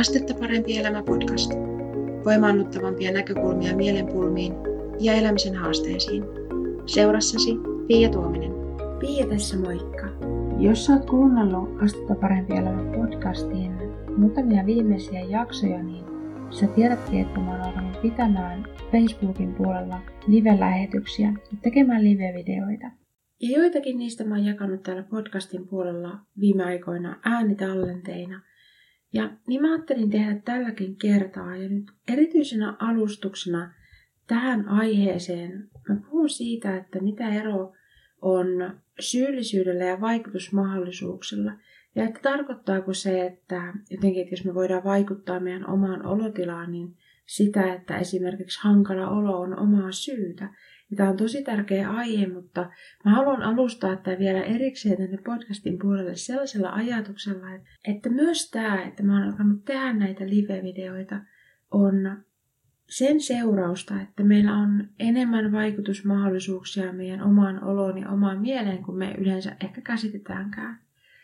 Astetta parempi elämä podcast. Voimaannuttavampia näkökulmia mielenpulmiin ja elämisen haasteisiin. Seurassasi Pia Tuominen. Pia tässä moikka. Jos sä oot kuunnellut Astetta parempi elämä podcastin muutamia viimeisiä jaksoja, niin sä tiedätkin, että mä oon alkanut pitämään Facebookin puolella live-lähetyksiä ja tekemään live-videoita. Ja joitakin niistä mä oon jakanut täällä podcastin puolella viime aikoina äänitallenteina. Ja niin mä ajattelin tehdä tälläkin kertaa ja nyt erityisenä alustuksena tähän aiheeseen mä puhun siitä, että mitä ero on syyllisyydellä ja vaikutusmahdollisuuksilla. Ja että tarkoittaako se, että jotenkin, että jos me voidaan vaikuttaa meidän omaan olotilaan, niin sitä, että esimerkiksi hankala olo on omaa syytä. Ja tämä on tosi tärkeä aihe, mutta mä haluan alustaa tämä vielä erikseen tänne podcastin puolelle sellaisella ajatuksella, että myös tämä, että mä oon alkanut tehdä näitä live-videoita, on sen seurausta, että meillä on enemmän vaikutusmahdollisuuksia meidän omaan oloon ja omaan mieleen, kuin me yleensä ehkä käsitetäänkään.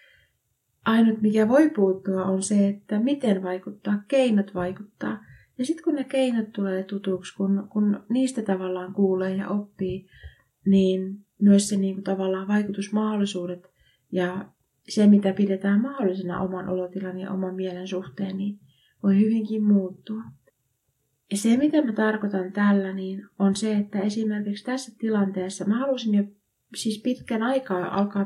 Ainut mikä voi puuttua on se, että miten vaikuttaa, keinot vaikuttaa. Ja sitten kun ne keinot tulee tutuksi, kun niistä tavallaan kuulee ja oppii, niin myös se niin tavallaan vaikutusmahdollisuudet ja se, mitä pidetään mahdollisena oman olotilan ja oman mielen suhteen, niin voi hyvinkin muuttua. Ja se, mitä mä tarkoitan tällä, niin on se, että esimerkiksi tässä tilanteessa mä halusin jo siis pitkän aikaa alkaa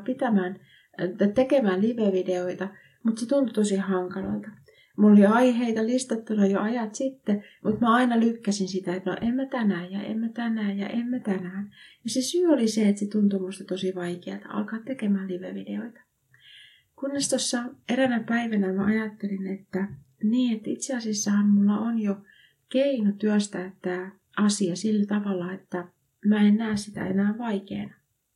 tekemään live-videoita, mutta se tuntui tosi hankalalta. Mulla oli aiheita listattuna jo ajat sitten, mutta mä aina lykkäsin sitä, että no en mä tänään ja en mä tänään ja en mä tänään. Ja se syy oli se, että se tuntui musta tosi vaikealta alkaa tekemään live-videoita. Kunnes tuossa eräänä päivänä mä ajattelin, että itse asiassahan mulla on jo keino työstää tämä asia sillä tavalla, että mä en näe sitä enää vaikeana.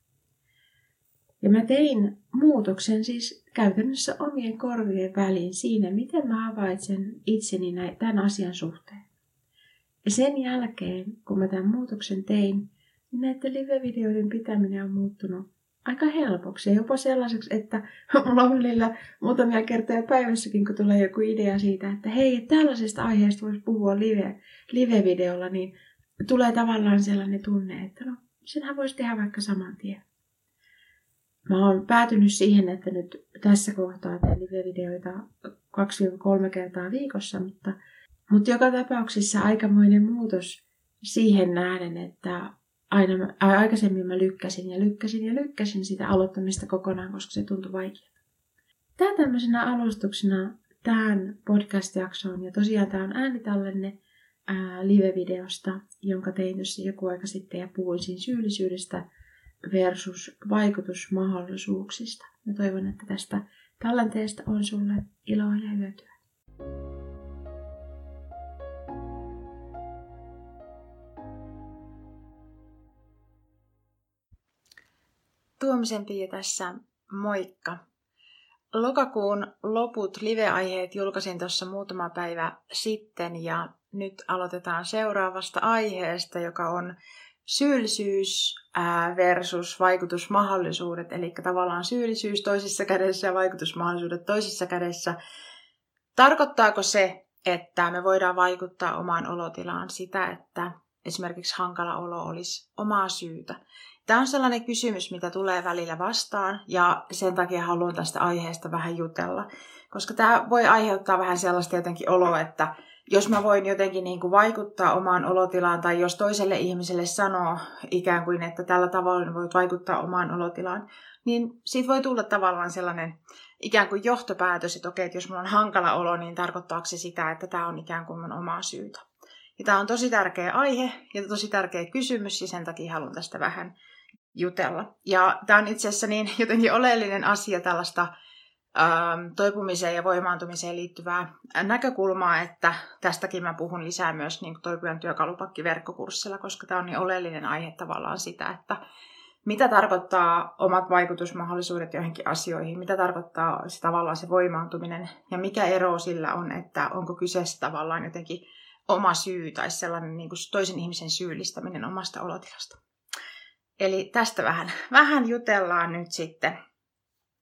Ja mä tein muutoksen siis käytännössä omien korvien väliin siinä, miten mä havaitsen itseni tämän asian suhteen. Ja sen jälkeen, kun mä tämän muutoksen tein, niin näiden live-videoiden pitäminen on muuttunut aika helpoksi. Ja jopa sellaiseksi, että mulla on välillä muutamia kertoja päivässäkin, kun tulee joku idea siitä, että hei, tällaisesta aiheesta voisi puhua live-videolla, niin tulee tavallaan sellainen tunne, että no, senhän voisi tehdä vaikka saman tien. Mä oon päätynyt siihen, että nyt tässä kohtaa teen live-videoita 2-3 kertaa viikossa, mutta joka tapauksessa aikamoinen muutos siihen nähden, että aikaisemmin mä lykkäsin sitä aloittamista kokonaan, koska se tuntui vaikealta. Tää tämmöisenä alustuksena tähän podcast-jaksoon, ja tosiaan tää on äänitallenne live-videosta, jonka tein tuossa joku aika sitten ja puhuin siinä syyllisyydestä versus vaikutusmahdollisuuksista. Mä toivon, että tästä tallenteesta on sulle iloa ja hyötyä. Tuomisen Pia tässä, moikka! Lokakuun loput live-aiheet julkaisin tuossa muutama päivä sitten ja nyt aloitetaan seuraavasta aiheesta, joka on syyllisyys versus vaikutusmahdollisuudet, eli tavallaan syyllisyys toisessa kädessä ja vaikutusmahdollisuudet toisessa kädessä. Tarkoittaako se, että me voidaan vaikuttaa omaan olotilaan sitä, että esimerkiksi hankala olo olisi omaa syytä? Tämä on sellainen kysymys, mitä tulee välillä vastaan ja sen takia haluan tästä aiheesta vähän jutella, koska tämä voi aiheuttaa vähän sellaista jotenkin oloa, että jos mä voin jotenkin niin kuin vaikuttaa omaan olotilaan tai jos toiselle ihmiselle sanoo ikään kuin, että tällä tavalla voit vaikuttaa omaan olotilaan, niin siitä voi tulla tavallaan sellainen ikään kuin johtopäätös, että okei, että jos mulla on hankala olo, niin tarkoittaako se sitä, että tämä on ikään kuin mun omaa syytä. Ja tämä on tosi tärkeä aihe ja tosi tärkeä kysymys ja sen takia haluan tästä vähän jutella. Ja tämä on itse asiassa niin jotenkin oleellinen asia tällaista toipumiseen ja voimaantumiseen liittyvää näkökulmaa, että tästäkin mä puhun lisää myös niin Toipujan työkalupakki-verkkokurssilla, koska tämä on niin oleellinen aihe tavallaan sitä, että mitä tarkoittaa omat vaikutusmahdollisuudet joihinkin asioihin, mitä tarkoittaa se, tavallaan se voimaantuminen ja mikä ero sillä on, että onko kyseessä tavallaan jotenkin oma syy tai sellainen niin kuin toisen ihmisen syyllistäminen omasta olotilasta. Eli tästä vähän jutellaan nyt sitten.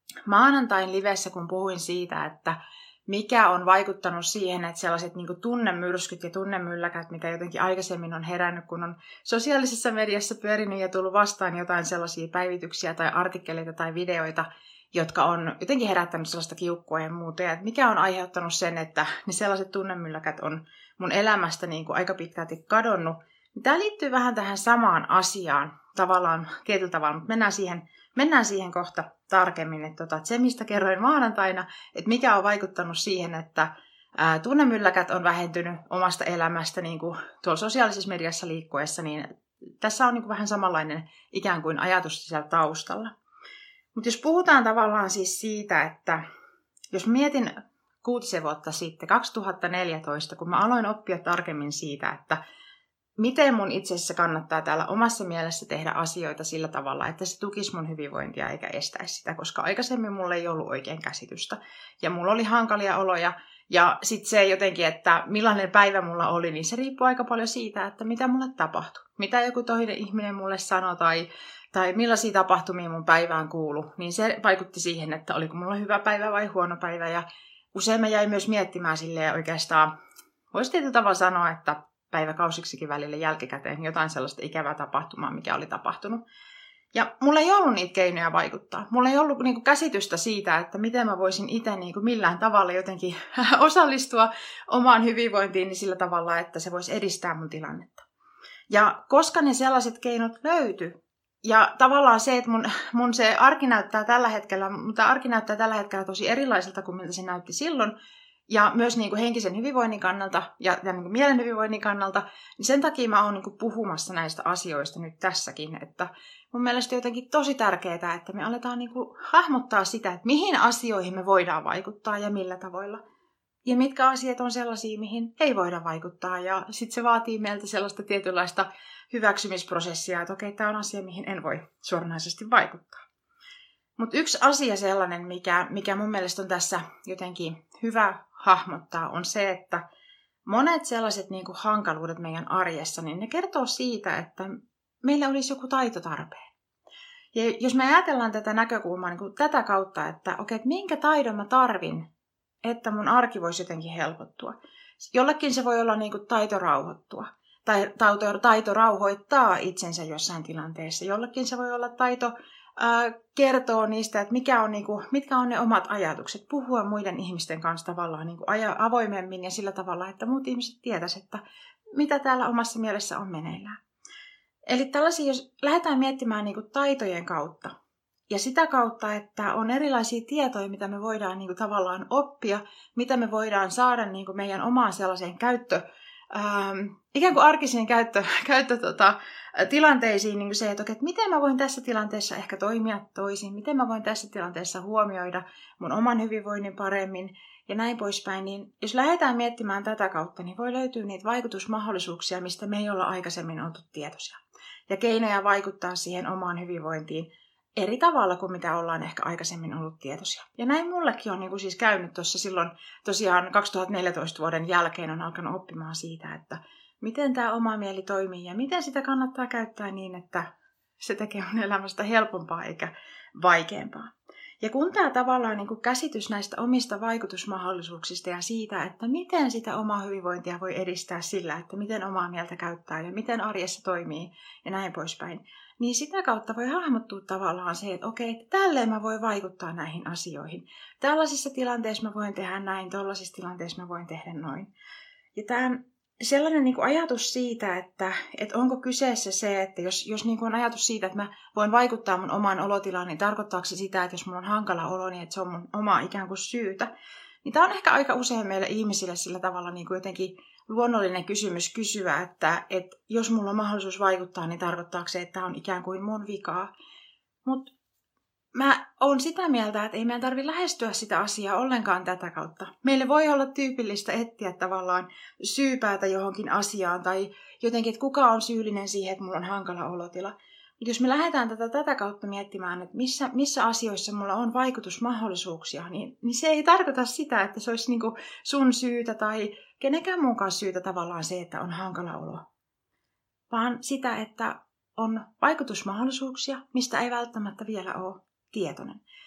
maanantain livessä, kun puhuin siitä, että mikä on vaikuttanut siihen, että sellaiset niin kuin tunnemyrskyt ja tunnemylläkät, mitä jotenkin aikaisemmin on herännyt, kun on sosiaalisessa mediassa pyörinyt ja tullut vastaan jotain sellaisia päivityksiä tai artikkeleita tai videoita, jotka on jotenkin herättänyt sellaista kiukkua ja muuta. Ja mikä on aiheuttanut sen, että ne sellaiset tunnemylläkät on mun elämästä niin kuin aika pitkälti kadonnut. Tämä liittyy vähän tähän samaan asiaan tavallaan tietyllä tavalla, mutta mennään siihen kohta tarkemmin. Että se, mistä kerroin maanantaina, että mikä on vaikuttanut siihen, että tunnemylläkät on vähentynyt omasta elämästä niin kuin tuolla sosiaalisessa mediassa liikkuessa, niin tässä on niin kuin vähän samanlainen ikään kuin ajatus siellä taustalla. Mutta jos puhutaan tavallaan siis siitä, että jos mietin 6 vuotta sitten, 2014, kun mä aloin oppia tarkemmin siitä, että miten mun itse asiassa kannattaa täällä omassa mielessä tehdä asioita sillä tavalla, että se tukisi mun hyvinvointia eikä estäisi sitä, koska aikaisemmin mulla ei ollut oikein käsitystä. Ja mulla oli hankalia oloja ja sitten se jotenkin, että millainen päivä mulla oli, niin se riippuu aika paljon siitä, että mitä mulle tapahtui. Mitä joku toinen ihminen mulle sanoi tai millaisia tapahtumia mun päivään kuului, niin se vaikutti siihen, että oliko mulla hyvä päivä vai huono päivä. Ja usein mä jäin myös miettimään silleen oikeastaan, voisi tietyllä tavalla sanoa, että päiväkausiksikin välillä jälkikäteen jotain sellaista ikävää tapahtumaa, mikä oli tapahtunut. Ja mulla ei ollut niitä keinoja vaikuttaa. Mulla ei ollut niinku käsitystä siitä, että miten mä voisin itse niinku millään tavalla jotenkin osallistua omaan hyvinvointiin niin sillä tavalla, että se voisi edistää mun tilannetta. Ja koska ne sellaiset keinot löytyi, ja tavallaan se, että mun se arki näyttää tällä hetkellä tosi erilaiselta kuin miltä se näytti silloin, ja myös niin kuin henkisen hyvinvoinnin kannalta ja niin kuin mielen hyvinvoinnin kannalta, niin sen takia mä oon niin kuin puhumassa näistä asioista nyt tässäkin, että mun mielestä jotenkin tosi tärkeää, että me aletaan niin kuin hahmottaa sitä, että mihin asioihin me voidaan vaikuttaa ja millä tavoilla. Ja mitkä asiat on sellaisia, mihin ei voida vaikuttaa. Ja sitten se vaatii meiltä sellaista tietynlaista hyväksymisprosessia, että okei, tämä on asia, mihin en voi suoranaisesti vaikuttaa. Mutta yksi asia sellainen, mikä mun mielestä on tässä jotenkin hyvä hahmottaa, on se, että monet sellaiset niin kuin hankaluudet meidän arjessa, niin ne kertoo siitä, että meillä olisi joku taito tarpeen. Ja jos me ajatellaan tätä näkökulmaa niin kuin tätä kautta, että okei, että minkä taidon mä tarvin, että mun arki voisi jotenkin helpottua. Jollekin se voi olla niin kuin taito rauhoittua. Tai taito rauhoittaa itsensä jossain tilanteessa. Jollekin se voi olla taito kertoo niistä, että mitkä on ne omat ajatukset. Puhua muiden ihmisten kanssa tavallaan niin kuin avoimemmin ja sillä tavalla, että muut ihmiset tietäisivät, että mitä täällä omassa mielessä on meneillään. Eli tällaisia, jos lähdetään miettimään niin kuin taitojen kautta, ja sitä kautta, että on erilaisia tietoja, mitä me voidaan niin kuin tavallaan oppia, mitä me voidaan saada niin kuin meidän omaan sellaiseen ikään kuin arkisiin tilanteisiin, niin kuin se, että miten mä voin tässä tilanteessa ehkä toimia toisin, miten mä voin tässä tilanteessa huomioida mun oman hyvinvoinnin paremmin ja näin poispäin. Niin jos lähdetään miettimään tätä kautta, niin voi löytyä niitä vaikutusmahdollisuuksia, mistä me ei olla aikaisemmin oltu tietoisia. Ja keinoja vaikuttaa siihen omaan hyvinvointiin eri tavalla kuin mitä ollaan ehkä aikaisemmin ollut tietoisia. Ja näin mullekin on niin kuin siis käynyt tuossa silloin tosiaan 2014 vuoden jälkeen on alkanut oppimaan siitä, että miten tämä oma mieli toimii ja miten sitä kannattaa käyttää niin, että se tekee mun elämästä helpompaa eikä vaikeampaa. Ja kun tämä tavallaan niin kuin käsitys näistä omista vaikutusmahdollisuuksista ja siitä, että miten sitä omaa hyvinvointia voi edistää sillä, että miten omaa mieltä käyttää ja miten arjessa toimii ja näin poispäin, niin sitä kautta voi hahmottua tavallaan se, että okei, että tälleen mä voin vaikuttaa näihin asioihin. Tällaisissa tilanteissa mä voin tehdä näin, tällaisissa tilanteissa mä voin tehdä noin. Ja tämä sellainen niin kuin ajatus siitä, että onko kyseessä se, että jos niin kuin on ajatus siitä, että mä voin vaikuttaa mun omaan olotilaan, niin tarkoittaako se sitä, että jos mulla on hankala olo, niin että se on mun omaa ikään kuin syytä. Niin tämä on ehkä aika usein meille ihmisille sillä tavalla niin kuin jotenkin luonnollinen kysymys kysyä, että jos mulla on mahdollisuus vaikuttaa, niin tarkoittaako se, että tämä on ikään kuin mun vikaa. Mutta mä oon sitä mieltä, että ei meidän tarvitse lähestyä sitä asiaa ollenkaan tätä kautta. Meille voi olla tyypillistä etsiä tavallaan syypäätä johonkin asiaan tai jotenkin, että kuka on syyllinen siihen, että mulla on hankala olotila. Mutta jos me lähdetään tätä kautta miettimään, että missä asioissa mulla on vaikutusmahdollisuuksia, niin se ei tarkoita sitä, että se olisi niinku sun syytä tai kenenkään muunkaan syytä tavallaan se, että on hankala olo. Vaan sitä, että on vaikutusmahdollisuuksia, mistä ei välttämättä vielä ole tietoinen.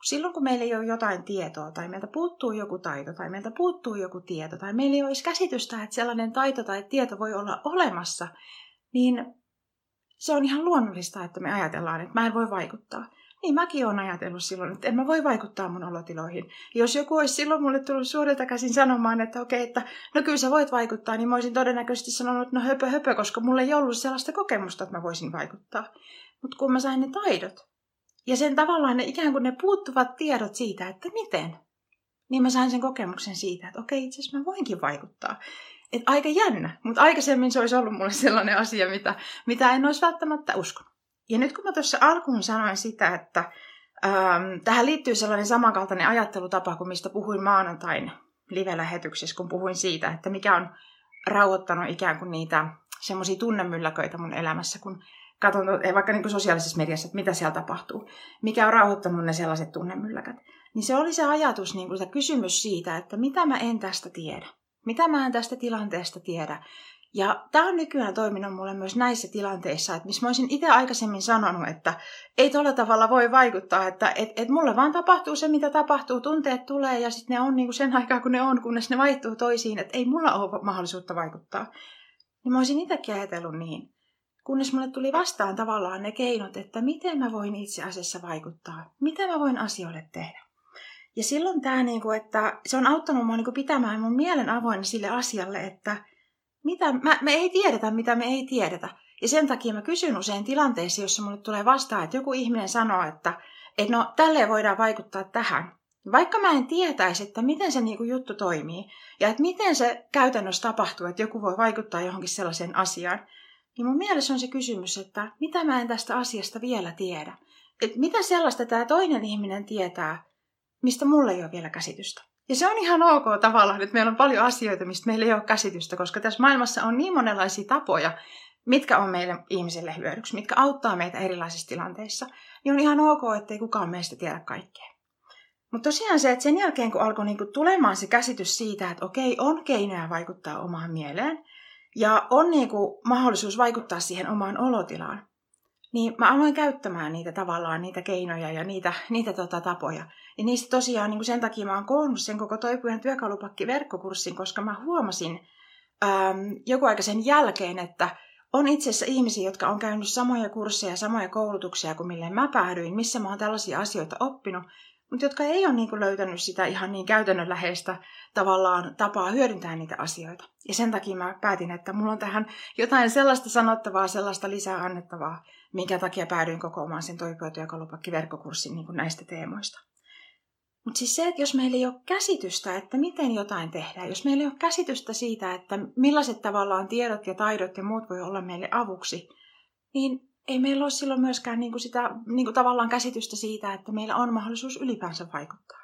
silloin kun meillä ei ole jotain tietoa, tai meiltä puuttuu joku taito, tai meiltä puuttuu joku tieto, tai meillä ei ole edes käsitystä, että sellainen taito tai tieto voi olla olemassa, niin se on ihan luonnollista, että me ajatellaan, että mä en voi vaikuttaa. Niin mäkin olen ajatellut silloin, että en mä voi vaikuttaa mun olotiloihin. Jos joku olisi silloin mulle tullut suorilta käsin sanomaan, että okei, että no kyllä sä voit vaikuttaa, niin mä olisin todennäköisesti sanonut, että no höpö, koska mulla ei ollut sellaista kokemusta, että mä voisin vaikuttaa. Mutta kun mä sain ne taidot, ja sen tavallaan ikään kuin ne puuttuvat tiedot siitä, että miten, niin mä sain sen kokemuksen siitä, että okei, itse asiassa mä voinkin vaikuttaa. Että aika jännä, mutta aikaisemmin se olisi ollut mulle sellainen asia, mitä en olisi välttämättä uskonut. Ja nyt kun mä tuossa alkuun sanoin sitä, että tähän liittyy sellainen samankaltainen ajattelutapa kuin mistä puhuin maanantain live-lähetyksessä, kun puhuin siitä, että mikä on rauhoittanut ikään kuin niitä semmoisia tunnemylläköitä mun elämässä, kun katson vaikka niin kuin sosiaalisessa mediassa, että mitä siellä tapahtuu, mikä on rauhoittanut ne sellaiset tunnemylläkät. Niin se oli se ajatus, niin kuin se kysymys siitä, että mitä mä en tästä tiedä, mitä mä en tästä tilanteesta tiedä. Ja tämä on nykyään toiminut mulle myös näissä tilanteissa, että missä mä olisin itse aikaisemmin sanonut, että ei tuolla tavalla voi vaikuttaa, että mulle vaan tapahtuu se, mitä tapahtuu, tunteet tulee ja sitten ne on niin kuin sen aikaa, kun ne on, kunnes ne vaihtuu toisiin, että ei mulla ole mahdollisuutta vaikuttaa. Niin mä olisin itsekin ajatellut niin, kunnes mulle tuli vastaan tavallaan ne keinot, että miten mä voin itse asiassa vaikuttaa, mitä mä voin asioille tehdä. Ja silloin tämä, että se on auttanut mua pitämään mun mielen avoinna sille asialle, että me ei tiedetä, mitä me ei tiedetä. Ja sen takia mä kysyn usein tilanteissa, jossa mulle tulee vastaan, että joku ihminen sanoo, että no tälleen voidaan vaikuttaa tähän. Vaikka mä en tietäisi, että miten se juttu toimii ja että miten se käytännössä tapahtuu, että joku voi vaikuttaa johonkin sellaiseen asiaan, niin mun mielessä on se kysymys, että mitä mä en tästä asiasta vielä tiedä. Että mitä sellaista tämä toinen ihminen tietää, mistä mulla ei ole vielä käsitystä. Ja se on ihan ok tavallaan, että meillä on paljon asioita, mistä meillä ei ole käsitystä, koska tässä maailmassa on niin monenlaisia tapoja, mitkä on meille ihmisille hyödyksi, mitkä auttaa meitä erilaisissa tilanteissa. Niin on ihan ok, ettei kukaan meistä tiedä kaikkea. Mutta tosiaan se, että sen jälkeen kun alkoi tulemaan se käsitys siitä, että okei, on keinoja vaikuttaa omaan mieleen ja on mahdollisuus vaikuttaa siihen omaan olotilaan, niin mä aloin käyttämään niitä keinoja ja niitä tapoja. Ja niistä tosiaan sen takia mä oon koonnut sen koko Toipujan työkalupakki-verkkokurssin, koska mä huomasin joku aika sen jälkeen, että on itse asiassa ihmisiä, jotka on käynyt samoja kursseja, samoja koulutuksia kuin milleen mä päädyin, missä mä oon tällaisia asioita oppinut, mutta jotka ei ole löytänyt sitä ihan niin käytännönläheistä tavallaan tapaa hyödyntää niitä asioita. Ja sen takia mä päätin, että mulla on tähän jotain sellaista sanottavaa, sellaista lisää annettavaa, minkä takia päädyin kokoamaan sen Toipujan työkalupakki-verkkokurssin näistä teemoista. Mutta siis se, että jos meillä ei ole käsitystä, että miten jotain tehdään, jos meillä ei ole käsitystä siitä, että millaiset tavallaan tiedot ja taidot ja muut voi olla meille avuksi, niin ei meillä ole silloin myöskään sitä tavallaan käsitystä siitä, että meillä on mahdollisuus ylipäänsä vaikuttaa.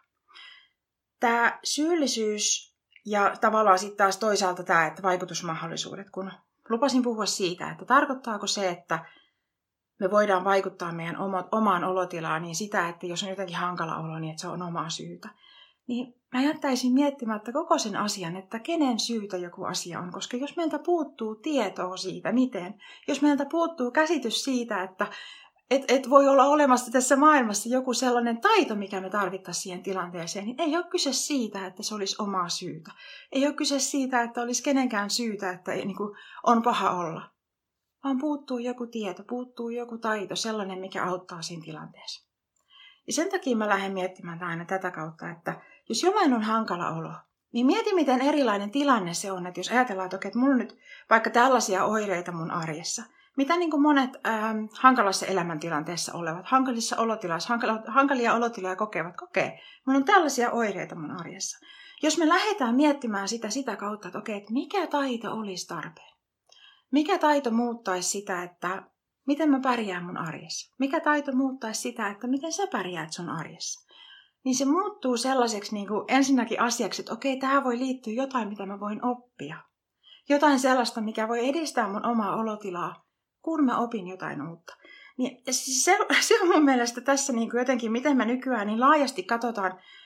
Tämä syyllisyys ja tavallaan sitten taas toisaalta tämä, että vaikutusmahdollisuudet, kun lupasin puhua siitä, että tarkoittaako se, että me voidaan vaikuttaa meidän omaan olotilaan, niin sitä, että jos on jotenkin hankala olo, niin että se on omaa syytä. Niin mä jättäisin miettimättä koko sen asian, että kenen syytä joku asia on. Koska jos meiltä puuttuu tietoa siitä, miten, jos meiltä puuttuu käsitys siitä, että voi olla olemassa tässä maailmassa joku sellainen taito, mikä me tarvittaisiin siihen tilanteeseen, niin ei ole kyse siitä, että se olisi omaa syytä. Ei ole kyse siitä, että olisi kenenkään syytä, että on paha olla. Vaan puuttuu joku tieto, puuttuu joku taito, sellainen, mikä auttaa siinä tilanteessa. Ja sen takia mä lähden miettimään aina tätä kautta, että jos jollain on hankala olo, niin mieti, miten erilainen tilanne se on, että jos ajatellaan, että okei, että mulla on nyt vaikka tällaisia oireita mun arjessa, mitä monet hankalassa elämäntilanteessa olevat, hankalissa olotilassa, hankalia olotiloja kokee. Mulla on tällaisia oireita mun arjessa. Jos me lähdetään miettimään sitä kautta, että okei, että mikä taito olisi tarpeen? Mikä taito muuttaisi sitä, että miten mä pärjään mun arjessa? Mikä taito muuttaisi sitä, että miten sä pärjäät sun arjessa? Niin se muuttuu sellaiseksi ensinnäkin asiaksi, että okei, tähän voi liittyä jotain, mitä mä voin oppia. Jotain sellaista, mikä voi edistää mun omaa olotilaa, kun mä opin jotain uutta. Niin se on mun mielestä tässä jotenkin, miten me nykyään niin laajasti katsotaan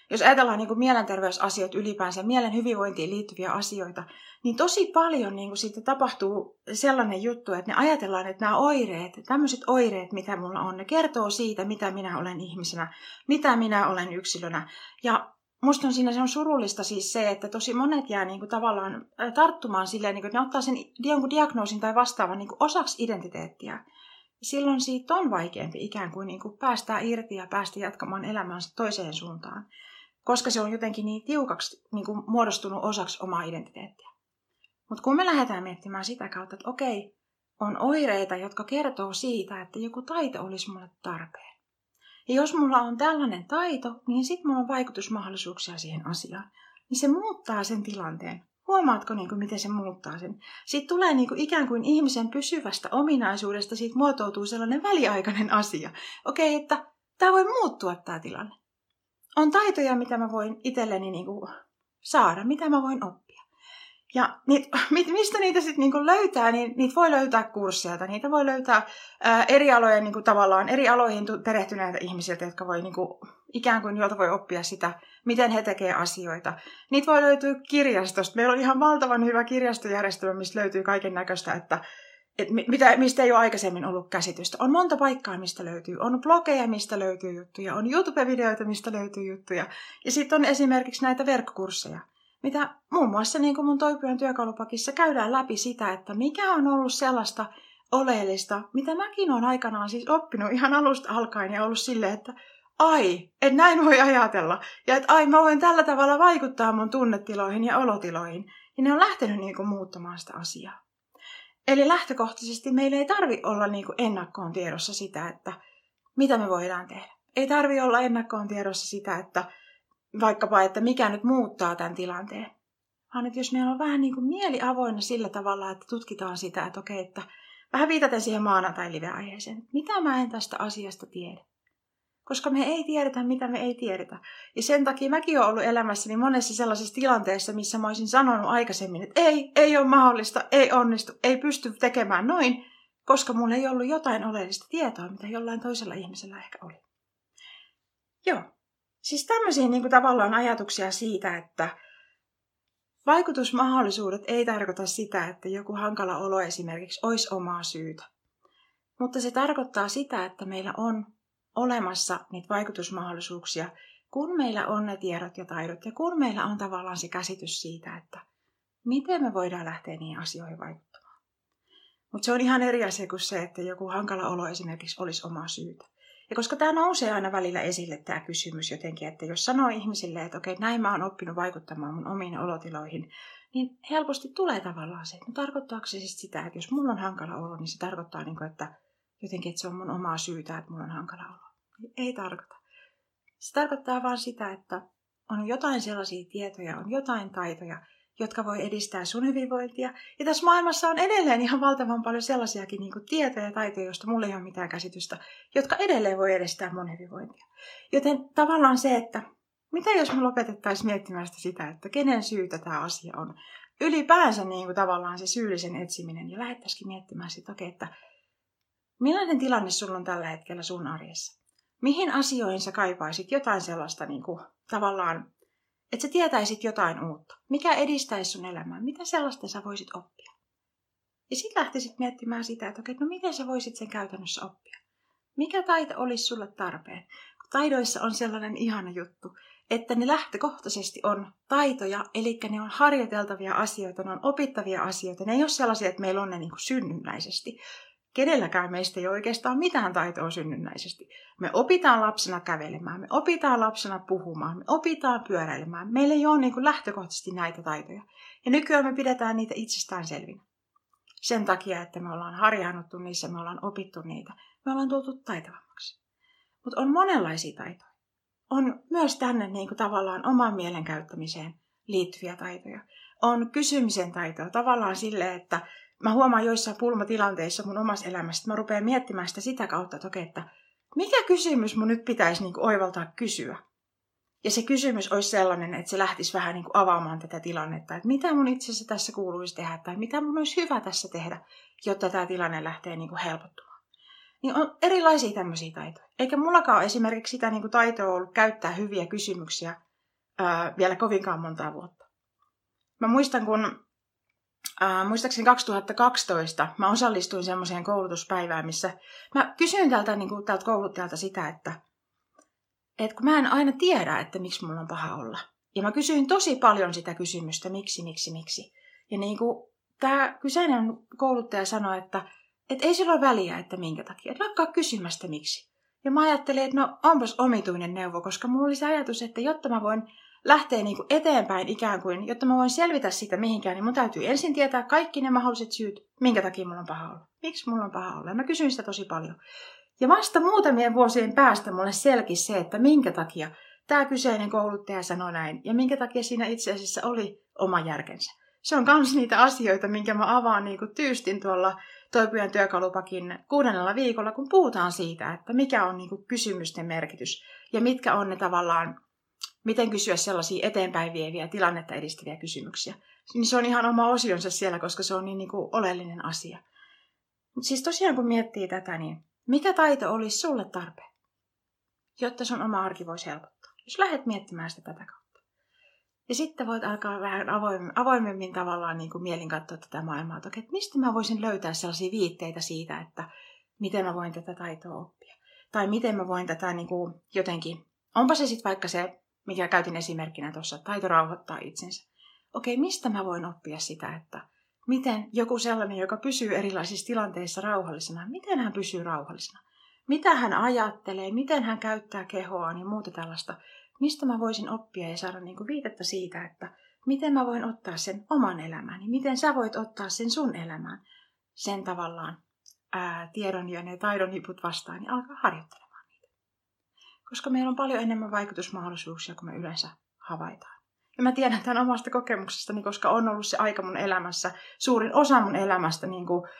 jos ajatellaan niin kuin mielenterveysasioita ylipäänsä, mielen hyvinvointiin liittyviä asioita, niin tosi paljon niin kuin siitä tapahtuu sellainen juttu, että ne ajatellaan, että nämä oireet, tämmöiset oireet, mitä mulla on, ne kertoo siitä, mitä minä olen ihmisenä, mitä minä olen yksilönä. Ja musta se on surullista siis se, että tosi monet jää niin kuin tavallaan tarttumaan silleen, niin kuin, että ne ottaa sen jonkun diagnoosin tai vastaavan niin kuin osaksi identiteettiä. Silloin siitä on vaikeampi ikään kuin, päästää irti ja päästä jatkamaan elämäänsä toiseen suuntaan, koska se on jotenkin niin tiukaksi niin kuin muodostunut osaksi omaa identiteettiä. Mutta kun me lähdetään miettimään sitä kautta, että okei, on oireita, jotka kertoo siitä, että joku taito olisi mulle tarpeen. Ja jos mulla on tällainen taito, niin sitten mulla on vaikutusmahdollisuuksia siihen asiaan. Niin se muuttaa sen tilanteen. Huomaatko, miten se muuttaa sen? Siitä tulee ikään kuin ihmisen pysyvästä ominaisuudesta, siitä muotoutuu sellainen väliaikainen asia. Okei, että tämä voi muuttua tämä tilanne. On taitoja, mitä mä voin itselleni saada, mitä mä voin oppia. Ja mistä niitä sitten löytää, niin niitä voi löytää kursseilta, niitä voi löytää eri alojen tavallaan eri aloihin perehtyneiltä ihmisiltä, jotka voi ikään kuin jolta voi oppia sitä, miten he tekevät asioita. Niitä voi löytyä kirjastosta. Meillä on ihan valtavan hyvä kirjastojärjestelmä, mistä löytyy kaiken näköistä, että mistä ei ole aikaisemmin ollut käsitystä. On monta paikkaa, mistä löytyy. On blogeja, mistä löytyy juttuja. On YouTube-videoita, mistä löytyy juttuja. Ja sitten on esimerkiksi näitä verkkokursseja, mitä muun muassa niin kuin mun Toipujan työkalupakissa käydään läpi sitä, että mikä on ollut sellaista oleellista, mitä mäkin olen aikanaan siis oppinut ihan alusta alkaen ja ollut silleen, että että näin voi ajatella. Ja että mä voin tällä tavalla vaikuttaa mun tunnetiloihin ja olotiloihin. Ja ne on lähtenyt muuttamaan sitä asiaa. Eli lähtökohtaisesti meillä ei tarvi olla ennakkoon tiedossa sitä, että mitä me voidaan tehdä. Ei tarvi olla ennakkoon tiedossa sitä, että vaikkapa, että mikä nyt muuttaa tämän tilanteen. Vaan että jos meillä on vähän mieli avoinna sillä tavalla, että tutkitaan sitä, että okei, että vähän viitaten siihen maanantai-live-aiheeseen, mitä mä en tästä asiasta tiedä. Koska me ei tiedetä, mitä me ei tiedetä. Ja sen takia mäkin olen ollut elämässäni monessa sellaisessa tilanteessa, missä mä olisin sanonut aikaisemmin, että ei ole mahdollista, ei onnistu, ei pysty tekemään noin, koska mulla ei ollut jotain oleellista tietoa, mitä jollain toisella ihmisellä ehkä oli. Joo. Siis tämmöisiä tavallaan ajatuksia siitä, että vaikutusmahdollisuudet ei tarkoita sitä, että joku hankala olo esimerkiksi olisi omaa syytä. Mutta se tarkoittaa sitä, että meillä on olemassa niitä vaikutusmahdollisuuksia, kun meillä on ne tiedot ja taidot ja kun meillä on tavallaan se käsitys siitä, että miten me voidaan lähteä niihin asioihin vaikuttamaan. Mutta se on ihan eri asia kuin se, että joku hankala olo esimerkiksi olisi omaa syytä. Ja koska tämä nousee aina välillä esille tämä kysymys jotenkin, että jos sanoo ihmisille, että okei, näin mä oon oppinut vaikuttamaan mun omiin olotiloihin, niin helposti tulee tavallaan se, että tarkoittaako se siis sitä, että jos mulla on hankala olo, niin se tarkoittaa, että jotenkin, että se on mun omaa syytä, että mulla on hankala olo. Ei tarkoita. Se tarkoittaa vaan sitä, että on jotain sellaisia tietoja, on jotain taitoja, jotka voi edistää sun hyvinvointia. Ja tässä maailmassa on edelleen ihan valtavan paljon sellaisiakin tietoja ja taitoja, joista mulla ei ole mitään käsitystä, jotka edelleen voi edistää mun hyvinvointia. Joten tavallaan se, että mitä jos me lopetettaisiin miettimään sitä, että kenen syytä tämä asia on. Ylipäänsä tavallaan se syyllisen etsiminen ja lähdettäisikin miettimään sitä, että millainen tilanne sulla on tällä hetkellä sun arjessa? Mihin asioihin sä kaipaisit jotain sellaista tavallaan, että sä tietäisit jotain uutta? Mikä edistäisi sun elämää? Mitä sellaista sä voisit oppia? Ja sitten lähtisit miettimään sitä, että no miten sä voisit sen käytännössä oppia? Mikä taito olisi sulle tarpeen? Taidoissa on sellainen ihana juttu, että ne lähtökohtaisesti on taitoja, eli ne on harjoiteltavia asioita, ne on opittavia asioita. Ne ei ole sellaisia, että meillä on ne synnynnäisesti. Kenelläkään meistä ei ole oikeastaan mitään taitoa synnynnäisesti. Me opitaan lapsena kävelemään, me opitaan lapsena puhumaan, me opitaan pyöräilemään. Meillä ei ole lähtökohtaisesti näitä taitoja. Ja nykyään me pidetään niitä itsestäänselvinä. Sen takia, että me ollaan harjaannuttu niissä, me ollaan opittu niitä. Me ollaan tultu taitavammaksi. Mutta on monenlaisia taitoja. On myös tänne tavallaan oman mielen käyttämiseen liittyviä taitoja. On kysymisen taitoja tavallaan silleen, että mä huomaan joissain pulmatilanteissa mun omassa elämässä, että mä rupean miettimään sitä kautta, että mikä kysymys mun nyt pitäisi oivaltaa kysyä. Ja se kysymys olisi sellainen, että se lähtisi vähän avaamaan tätä tilannetta, että mitä mun itse asiassa tässä kuuluisi tehdä, tai mitä mun olisi hyvä tässä tehdä, jotta tämä tilanne lähtee helpottumaan. Niin on erilaisia tämmöisiä taitoja. Eikä mullakaan esimerkiksi sitä taitoa ollut käyttää hyviä kysymyksiä vielä kovinkaan montaa vuotta. Mä muistan, kun muistaakseni 2012 mä osallistuin semmoiseen koulutuspäivään, missä mä kysyin tältä kouluttajalta sitä, että kun mä en aina tiedä, että miksi mulla on paha olla. Ja mä kysyin tosi paljon sitä kysymystä, miksi. Ja niin kuin tämä kyseinen kouluttaja sanoi, että ei sillä ole väliä, että minkä takia. Että lakkaa kysymästä miksi. Ja mä ajattelin, että no onpas omituinen neuvo, koska mulla oli se ajatus, että jotta mä voin lähteä niin kuin eteenpäin ikään kuin, jotta mä voin selvitä siitä mihinkään, niin mun täytyy ensin tietää kaikki ne mahdolliset syyt, minkä takia mulla on paha olla. Miksi mulla on paha olla? Ja mä kysyin sitä tosi paljon. Ja vasta muutamien vuosien päästä mulle selkisi se, että minkä takia tämä kyseinen kouluttaja sanoi näin ja minkä takia siinä itse asiassa oli oma järkensä. Se on myös niitä asioita, minkä mä avaan niin kuin tyystin tuolla Toipujan työkalupakin 6. viikolla, kun puhutaan siitä, että mikä on niin kuin kysymysten merkitys ja mitkä on ne tavallaan, miten kysyä sellaisia eteenpäin vieviä, tilannetta edistäviä kysymyksiä. Niin se on ihan oma osionsa siellä, koska se on niin kuin oleellinen asia. Mutta siis tosiaan kun miettii tätä, niin mikä taito olisi sulle tarpeen, jotta sun oma arki voisi helpottaa? Jos lähdet miettimään sitä tätä kautta. Ja sitten voit alkaa vähän avoimemmin tavallaan niin kuin mielin katsoa tätä maailmaa, että mistä mä voisin löytää sellaisia viitteitä siitä, että miten mä voin tätä taitoa oppia. Tai miten mä voin tätä niin kuin jotenkin, onpa se sitten vaikka se, mikä käytin esimerkkinä tuossa, taito rauhoittaa itsensä. Mistä mä voin oppia sitä, että miten joku sellainen, joka pysyy erilaisissa tilanteissa rauhallisena, miten hän pysyy rauhallisena? Mitä hän ajattelee, miten hän käyttää kehoaan ja muuta tällaista. Mistä mä voisin oppia ja saada niinku viitettä siitä, että miten mä voin ottaa sen oman elämään. Ja miten sä voit ottaa sen sun elämään. Sen tavallaan tiedon ja ne taidon hiput vastaan ja alkaa harjoittelemaan niitä. Koska meillä on paljon enemmän vaikutusmahdollisuuksia kuin me yleensä havaitaan. Ja mä tiedän tämän omasta kokemuksestani, koska on ollut se aika mun elämässä, suurin osa mun elämästä,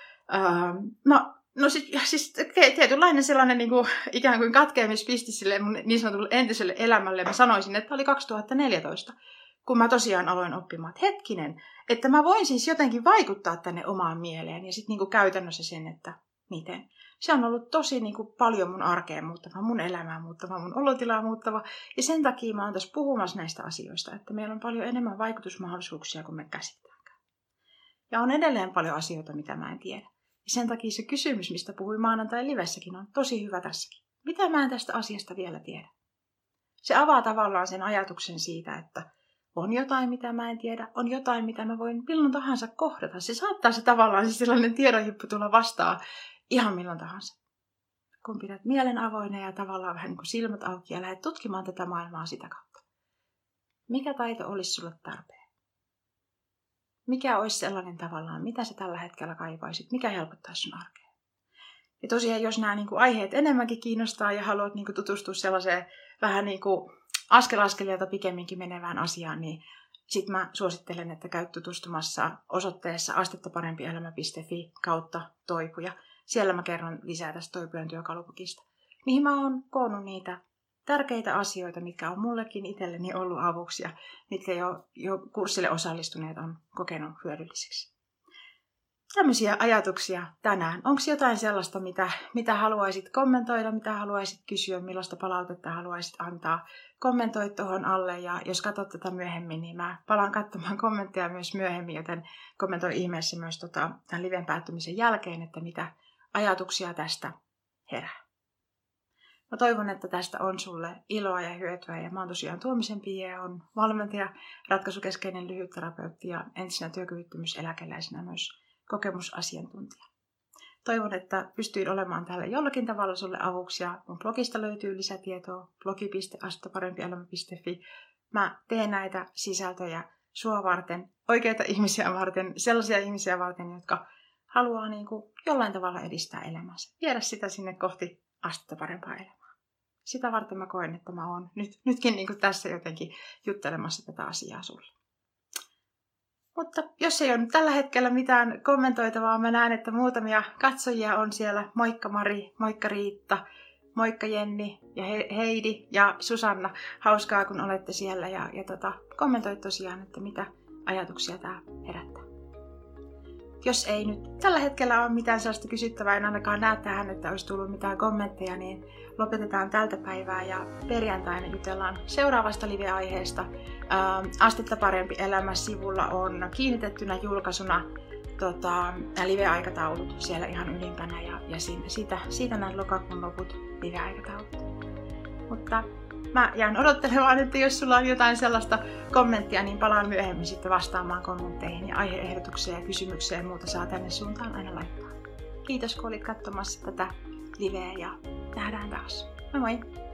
siis tietynlainen sellainen ikään kuin katkeamispisti sille mun niin sanotulle entiselle elämälle. Mä sanoisin, että oli 2014, kun mä tosiaan aloin oppimaan, että hetkinen, että mä voin siis jotenkin vaikuttaa tänne omaan mieleen ja sitten käytännössä sen, että miten. Se on ollut tosi paljon mun arkeen muuttava, mun elämää muuttava, mun olotilaa muuttava. Ja sen takia mä oon tässä puhumassa näistä asioista, että meillä on paljon enemmän vaikutusmahdollisuuksia kuin me käsittääkään. Ja on edelleen paljon asioita, mitä mä en tiedä. Ja sen takia se kysymys, mistä puhuin maanantai livessäkin, on tosi hyvä tässäkin. Mitä mä en tästä asiasta vielä tiedä? Se avaa tavallaan sen ajatuksen siitä, että on jotain, mitä mä en tiedä, on jotain, mitä mä voin milloin tahansa kohdata. Se saattaa se tavallaan se sellainen tiedonhippu tulla vastaan ihan milloin tahansa. Kun pidät mielen avoinna ja tavallaan vähän niin kuin silmät auki ja lähdet tutkimaan tätä maailmaa sitä kautta. Mikä taito olisi sulle tarpeen? Mikä olisi sellainen tavallaan, mitä sä tällä hetkellä kaipaisit? Mikä helpottaisi sun arkea? Ja tosiaan, jos nämä aiheet enemmänkin kiinnostaa ja haluat tutustua sellaiseen vähän askel askeleelta pikemminkin menevään asiaan, niin sitten mä suosittelen, että käyt tutustumassa osoitteessa astettaparempielämä.fi/toipuja. Siellä mä kerron lisää tästä Toipujan työkalupakista, mihin mä oon koonnut niitä tärkeitä asioita, mitkä on mullekin itselleni ollut avuksi ja mitkä jo kurssille osallistuneet on kokenut hyödylliseksi. Tämmöisiä ajatuksia tänään. Onko jotain sellaista, mitä haluaisit kommentoida, mitä haluaisit kysyä, millaista palautetta haluaisit antaa? Kommentoi tuohon alle ja jos katsot tätä myöhemmin, niin mä palaan katsomaan kommentteja myös myöhemmin, joten kommentoi ihmeessä myös tämän liven päättymisen jälkeen, että mitä ajatuksia tästä herää. Mä toivon, että tästä on sulle iloa ja hyötyä ja mä oon tosiaan Tuomisen Pia, on valmentaja, ratkaisukeskeinen lyhytterapeutti ja entisenä työkyvyttömyyseläkeläisenä myös kokemusasiantuntija. Toivon, että pystyin olemaan täällä jollakin tavalla sulle avuksi ja mun blogista löytyy lisätietoa blogi.astettaparempielämä.fi. Mä teen näitä sisältöjä sua varten, oikeita ihmisiä varten, sellaisia ihmisiä varten, jotka haluaa jollain tavalla edistää elämäänsä. Viedä sitä sinne kohti astetta parempaa elämää. Sitä varten mä koen, että mä oon nytkin tässä jotenkin juttelemassa tätä asiaa sulle. Mutta jos ei ole nyt tällä hetkellä mitään kommentoitavaa, mä näen, että muutamia katsojia on siellä. Moikka Mari, moikka Riitta, moikka Jenni ja Heidi ja Susanna. Hauskaa, kun olette siellä ja kommentoi tosiaan, että mitä ajatuksia tää herättää. jos ei nyt tällä hetkellä ole mitään sellaista kysyttävää, en ainakaan näe tähän, että olisi tullut mitään kommentteja, niin lopetetaan tältä päivää ja perjantaina jutellaan seuraavasta live-aiheesta. Astetta parempi elämä -sivulla on kiinnitettynä julkaisuna live-aikataulut siellä ihan ylimpänä ja siitä näin lokakuun loput live-aikataulut. Mutta mä jään odottelemaan, että jos sulla on jotain sellaista kommenttia, niin palaan myöhemmin sitten vastaamaan kommentteihin ja aihe-ehdotuksia ja kysymyksiä ja muuta saa tänne suuntaan aina laittaa. Kiitos kun olit katsomassa tätä liveä ja nähdään taas. Moi moi!